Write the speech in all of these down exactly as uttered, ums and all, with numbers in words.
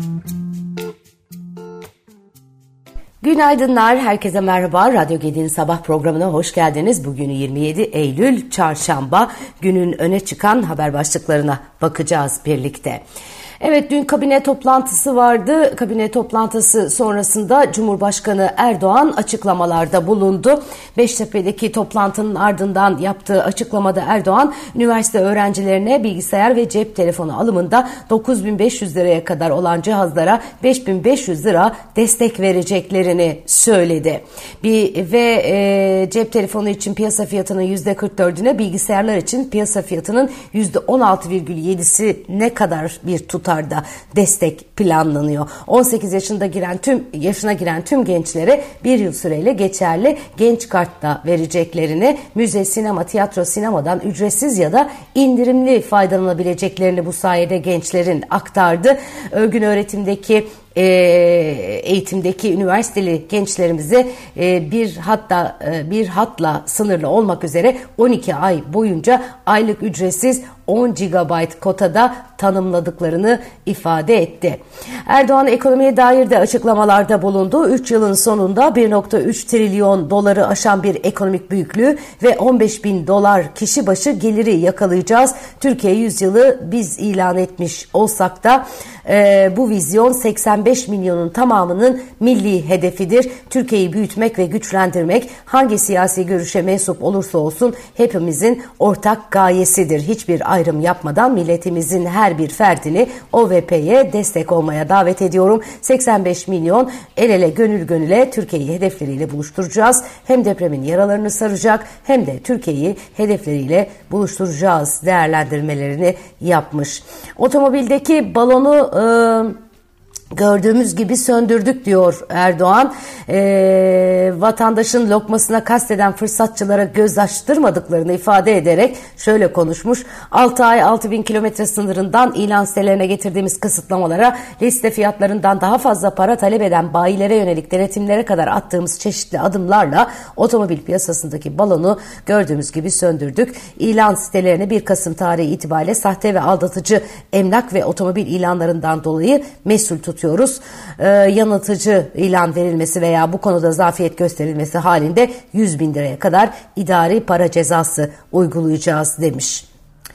Günaydınlar, herkese merhaba. Radyo Gedi'nin sabah programına hoş geldiniz. Bugün yirmi yedi Eylül Çarşamba. Günün öne çıkan haber başlıklarına bakacağız birlikte. Evet, dün kabine toplantısı vardı. Kabine toplantısı sonrasında Cumhurbaşkanı Erdoğan açıklamalarda bulundu. Beştepe'deki toplantının ardından yaptığı açıklamada Erdoğan, üniversite öğrencilerine bilgisayar ve cep telefonu alımında dokuz bin beş yüz liraya kadar olan cihazlara beş bin beş yüz lira destek vereceklerini söyledi. Bir ve e, cep telefonu için piyasa fiyatının yüzde kırk dördüne, bilgisayarlar için piyasa fiyatının yüzde on altı virgül yedisi ne kadar bir tutar da destek planlanıyor. on sekiz yaşında giren tüm yaşına giren tüm gençlere bir yıl süreyle geçerli genç kart da vereceklerini, müze, sinema, tiyatro, sinemadan ücretsiz ya da indirimli faydalanabileceklerini bu sayede gençlerin aktardı. Örgün öğretimdeki E, eğitimdeki üniversiteli gençlerimize e, bir hatta e, bir hatla sınırlı olmak üzere on iki ay boyunca aylık ücretsiz on gigabayt kotada tanımladıklarını ifade etti. Erdoğan ekonomiye dair de açıklamalarda bulundu. üç yılın sonunda bir virgül üç trilyon doları aşan bir ekonomik büyüklüğü ve on beş bin dolar kişi başı geliri yakalayacağız. Türkiye yüzyılı biz ilan etmiş olsak da e, bu vizyon seksen beş milyonun tamamının milli hedefidir. Türkiye'yi büyütmek ve güçlendirmek hangi siyasi görüşe mensup olursa olsun hepimizin ortak gayesidir. Hiçbir ayrım yapmadan milletimizin her bir ferdini O V P'ye destek olmaya davet ediyorum. seksen beş milyon el ele gönül gönüle Türkiye'yi hedefleriyle buluşturacağız. Hem depremin yaralarını saracak hem de Türkiye'yi hedefleriyle buluşturacağız değerlendirmelerini yapmış. Otomobildeki balonu e, gördüğümüz gibi söndürdük diyor Erdoğan. Ee, vatandaşın lokmasına kasteden fırsatçılara göz açtırmadıklarını ifade ederek şöyle konuşmuş. altı ay altı bin kilometre sınırından ilan sitelerine getirdiğimiz kısıtlamalara, liste fiyatlarından daha fazla para talep eden bayilere yönelik denetimlere kadar attığımız çeşitli adımlarla otomobil piyasasındaki balonu gördüğümüz gibi söndürdük. İlan sitelerine bir Kasım tarihi itibariyle sahte ve aldatıcı emlak ve otomobil ilanlarından dolayı mesul tutuyoruz. Ee, yanıltıcı ilan verilmesi veya bu konuda zafiyet gösterilmesi halinde yüz bin liraya kadar idari para cezası uygulayacağız demiş.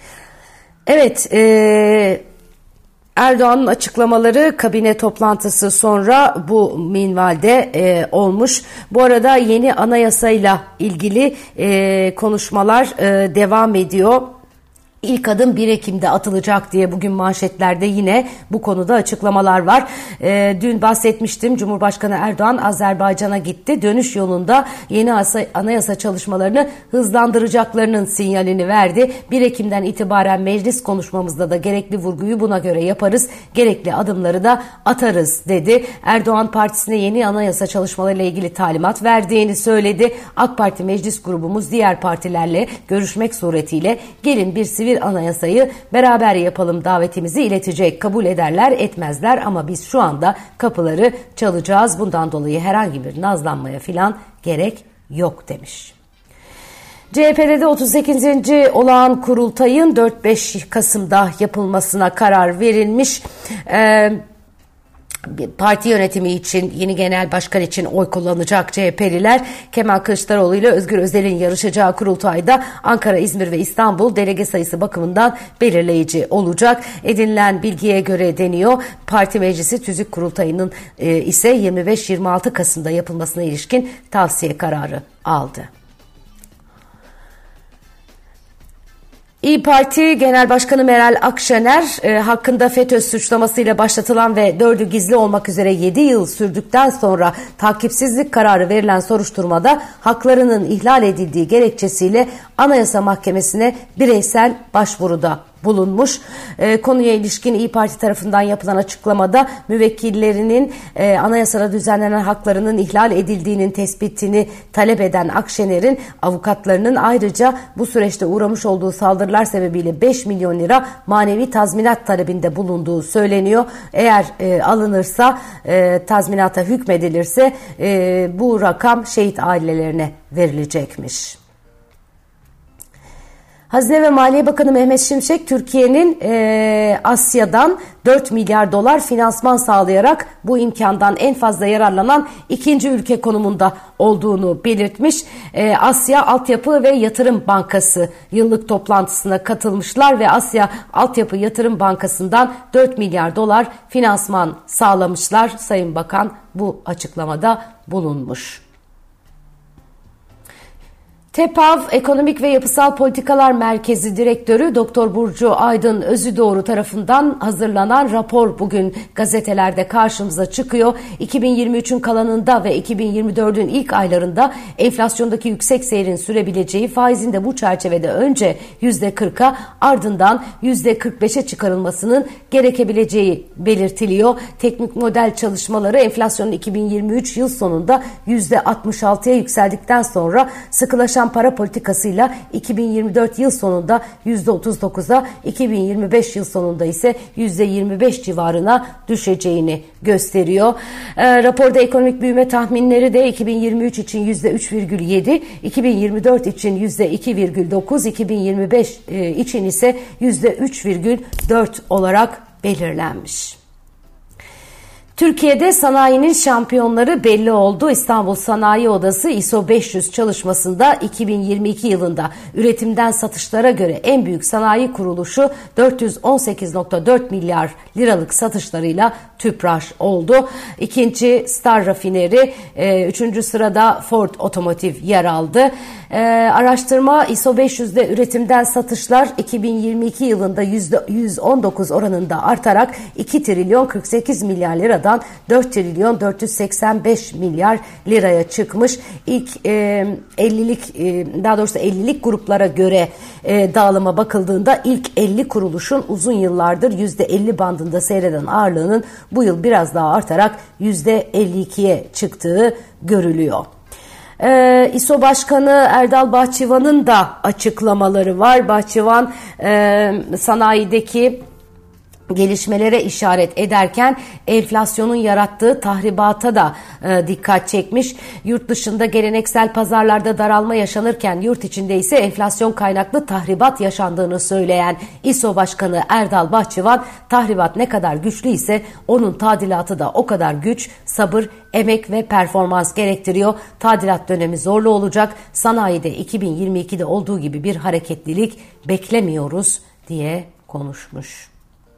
Evet, e, Erdoğan'ın açıklamaları kabine toplantısı sonra bu minvalde e, olmuş. Bu arada yeni anayasayla ilgili e, konuşmalar e, devam ediyor. İlk adım bir Ekim'de atılacak diye bugün manşetlerde yine bu konuda açıklamalar var. E, dün bahsetmiştim, Cumhurbaşkanı Erdoğan Azerbaycan'a gitti. Dönüş yolunda yeni anayasa çalışmalarını hızlandıracaklarının sinyalini verdi. bir Ekim'den itibaren meclis konuşmamızda da gerekli vurguyu buna göre yaparız, gerekli adımları da atarız dedi. Erdoğan partisine yeni anayasa çalışmalarıyla ilgili talimat verdiğini söyledi. AK Parti meclis grubumuz diğer partilerle görüşmek suretiyle gelin bir sivil anayasayı beraber yapalım davetimizi iletecek. Kabul ederler etmezler ama biz şu anda kapıları çalacağız. Bundan dolayı herhangi bir nazlanmaya filan gerek yok demiş. C H P'de de otuz sekizinci olağan kurultayın dört beş Kasım'da yapılmasına karar verilmiş. Ee, Parti yönetimi için, yeni genel başkan için oy kullanacak C H P'liler Kemal Kılıçdaroğlu ile Özgür Özel'in yarışacağı kurultayda Ankara, İzmir ve İstanbul delege sayısı bakımından belirleyici olacak. Edinilen bilgiye göre deniyor, parti meclisi tüzük kurultayının e, ise yirmi beş yirmi altı Kasım'da yapılmasına ilişkin tavsiye kararı aldı. İYİ Parti Genel Başkanı Meral Akşener e, hakkında FETÖ suçlamasıyla başlatılan ve dördü gizli olmak üzere yedi yıl sürdükten sonra takipsizlik kararı verilen soruşturmada haklarının ihlal edildiği gerekçesiyle Anayasa Mahkemesi'ne bireysel başvuruda bulunmuş. E, konuya ilişkin İYİ Parti tarafından yapılan açıklamada müvekkillerinin e, anayasada düzenlenen haklarının ihlal edildiğinin tespitini talep eden Akşener'in avukatlarının ayrıca bu süreçte uğramış olduğu saldırılar sebebiyle beş milyon lira manevi tazminat talebinde bulunduğu söyleniyor. Eğer e, alınırsa, e, tazminata hükmedilirse e, bu rakam şehit ailelerine verilecekmiş. Hazine ve Maliye Bakanı Mehmet Şimşek, Türkiye'nin e, Asya'dan dört milyar dolar finansman sağlayarak bu imkandan en fazla yararlanan ikinci ülke konumunda olduğunu belirtmiş. E, Asya Altyapı ve Yatırım Bankası yıllık toplantısına katılmışlar ve Asya Altyapı Yatırım Bankası'ndan dört milyar dolar finansman sağlamışlar. Sayın Bakan bu açıklamada bulunmuş. TEPAV Ekonomik ve Yapısal Politikalar Merkezi Direktörü Doktor Burcu Aydın Özüdoğru tarafından hazırlanan rapor bugün gazetelerde karşımıza çıkıyor. iki bin yirmi üçün kalanında ve iki bin yirmi dördün ilk aylarında enflasyondaki yüksek seyrin sürebileceği, faizin de bu çerçevede önce yüzde kırka ardından yüzde kırk beşe çıkarılmasının gerekebileceği belirtiliyor. Teknik model çalışmaları enflasyonun iki bin yirmi üç yıl sonunda yüzde altmış altıya yükseldikten sonra sıkılaşan para politikasıyla iki bin yirmi dört yıl sonunda yüzde otuz dokuza, iki bin yirmi beş yıl sonunda ise yüzde yirmi beş civarına düşeceğini gösteriyor. E, raporda ekonomik büyüme tahminleri de iki bin yirmi üç için yüzde üç virgül yedi, iki bin yirmi dört için yüzde iki virgül dokuz, iki bin yirmi beş e, için ise yüzde üç virgül dört olarak belirlenmiş. Türkiye'de sanayinin şampiyonları belli oldu. İstanbul Sanayi Odası I S O beş yüz çalışmasında iki bin yirmi iki yılında üretimden satışlara göre en büyük sanayi kuruluşu dört yüz on sekiz virgül dört milyar liralık satışlarıyla TÜPRAŞ oldu. İkinci Star Rafineri, e, üçüncü sırada Ford Otomotiv yer aldı. E, araştırma I S O beş yüzde üretimden satışlar iki bin yirmi iki yılında yüzde yüz on dokuz oranında artarak iki trilyon kırk sekiz milyar liradan dört trilyon dört yüz seksen beş milyar liraya çıkmış. İlk e, ellilik e, daha doğrusu ellilik gruplara göre e, dağılıma bakıldığında ilk elli kuruluşun uzun yıllardır yüzde elli bandında seyreden ağırlığının bu yıl biraz daha artarak yüzde elli ikiye çıktığı görülüyor. Ee, İ S O Başkanı Erdal Bahçıvan'ın da açıklamaları var. Bahçıvan e, sanayideki gelişmelere işaret ederken enflasyonun yarattığı tahribata da e, dikkat çekmiş. Yurt dışında geleneksel pazarlarda daralma yaşanırken yurt içinde ise enflasyon kaynaklı tahribat yaşandığını söyleyen İ S O Başkanı Erdal Bahçıvan, tahribat ne kadar güçlü ise onun tadilatı da o kadar güç, sabır, emek ve performans gerektiriyor. Tadilat dönemi zorlu olacak. Sanayide iki bin yirmi ikide olduğu gibi bir hareketlilik beklemiyoruz diye konuşmuş.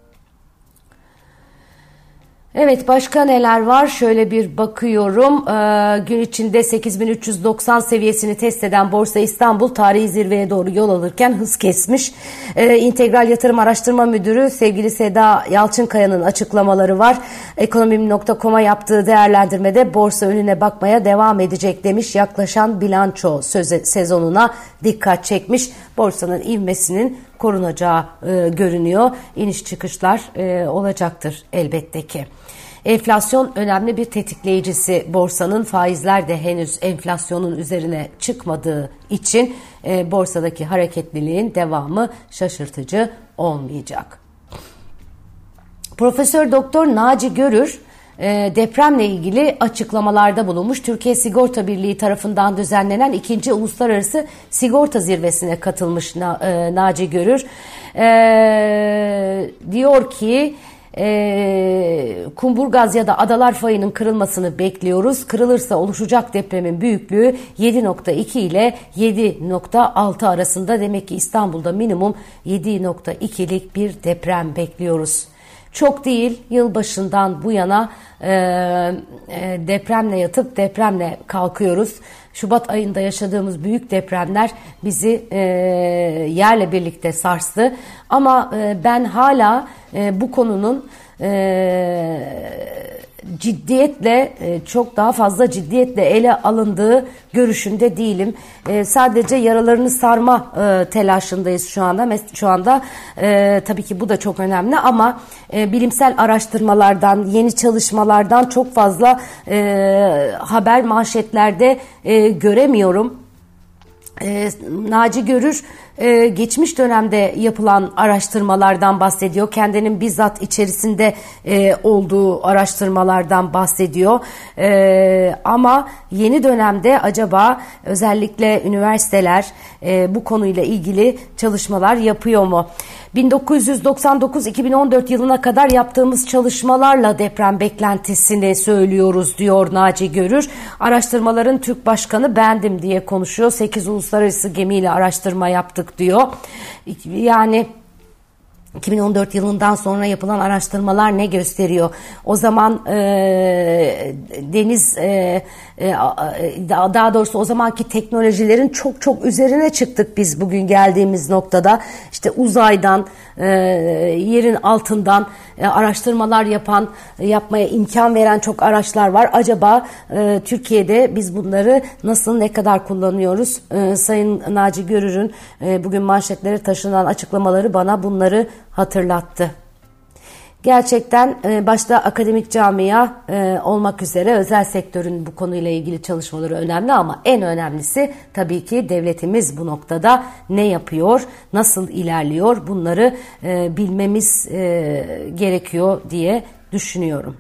Evet, başka neler var? Şöyle bir bakıyorum. Ee, gün içinde sekiz bin üç yüz doksan seviyesini test eden Borsa İstanbul tarihi zirveye doğru yol alırken hız kesmiş. Ee, İntegral Yatırım Araştırma Müdürü sevgili Seda Yalçınkaya'nın açıklamaları var. Ekonomim nokta com'a yaptığı değerlendirmede borsa önüne bakmaya devam edecek demiş. Yaklaşan bilanço söze, sezonuna dikkat çekmiş. Borsanın ivmesinin korunacağı e, görünüyor. İniş çıkışlar e, olacaktır elbette ki. Enflasyon önemli bir tetikleyicisi. Borsanın faizler de henüz enflasyonun üzerine çıkmadığı için e, borsadaki hareketliliğin devamı şaşırtıcı olmayacak. Profesör Doktor Naci Görür depremle ilgili açıklamalarda bulunmuş. Türkiye Sigorta Birliği tarafından düzenlenen ikinci Uluslararası Sigorta Zirvesi'ne katılmış Naci Görür. E, diyor ki e, Kumburgaz ya da Adalar Fayı'nın kırılmasını bekliyoruz. Kırılırsa oluşacak depremin büyüklüğü yedi nokta iki ile yedi nokta altı arasında. Demek ki İstanbul'da minimum yedi nokta ikilik bir deprem bekliyoruz. Çok değil, yılbaşından bu yana e, e, depremle yatıp depremle kalkıyoruz. Şubat ayında yaşadığımız büyük depremler bizi e, yerle birlikte sarstı. Ama e, ben hala e, bu konunun e, ciddiyetle, çok daha fazla ciddiyetle ele alındığı görüşünde değilim. E, sadece yaralarını sarma e, telaşındayız şu anda. Şu anda e, tabii ki bu da çok önemli ama e, bilimsel araştırmalardan, yeni çalışmalardan çok fazla e, haber manşetlerde e, göremiyorum. E, Naci Görür e, geçmiş dönemde yapılan araştırmalardan bahsediyor. Kendinin bizzat içerisinde e, olduğu araştırmalardan bahsediyor. E, ama yeni dönemde acaba özellikle üniversiteler e, bu konuyla ilgili çalışmalar yapıyor mu? bin dokuz yüz doksan dokuz iki bin on dört yılına kadar yaptığımız çalışmalarla deprem beklentisini söylüyoruz diyor Naci Görür. Araştırmaların Türk Başkanı bendim diye konuşuyor. sekiz uluslararası gemiyle araştırma yaptık diyor. Yani iki bin on dört yılından sonra yapılan araştırmalar ne gösteriyor? O zaman e, deniz e, e, daha doğrusu o zamanki teknolojilerin çok çok üzerine çıktık biz bugün geldiğimiz noktada. İşte uzaydan, e, yerin altından e, araştırmalar yapan, yapmaya imkan veren çok araçlar var. Acaba e, Türkiye'de biz bunları nasıl, ne kadar kullanıyoruz? E, Sayın Naci Görür'ün e, bugün manşetlere taşınan açıklamaları bana bunları hatırlattı. Gerçekten başta akademik camia olmak üzere özel sektörün bu konuyla ilgili çalışmaları önemli ama en önemlisi tabii ki devletimiz bu noktada ne yapıyor, nasıl ilerliyor bunları bilmemiz gerekiyor diye düşünüyorum.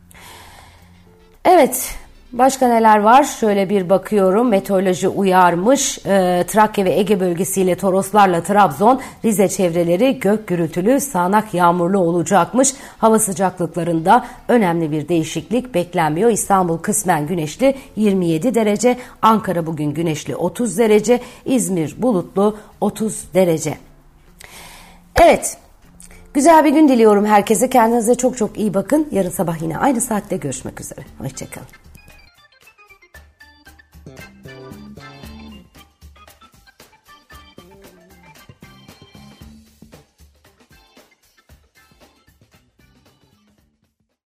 Evet. Başka neler var? Şöyle bir bakıyorum. Meteoroloji uyarmış. E, Trakya ve Ege bölgesiyle Toroslarla Trabzon, Rize çevreleri gök gürültülü, sağanak yağmurlu olacakmış. Hava sıcaklıklarında önemli bir değişiklik beklenmiyor. İstanbul kısmen güneşli yirmi yedi derece. Ankara bugün güneşli otuz derece. İzmir bulutlu otuz derece. Evet. Güzel bir gün diliyorum herkese. Kendinize çok çok iyi bakın. Yarın sabah yine aynı saatte görüşmek üzere. Hoşçakalın.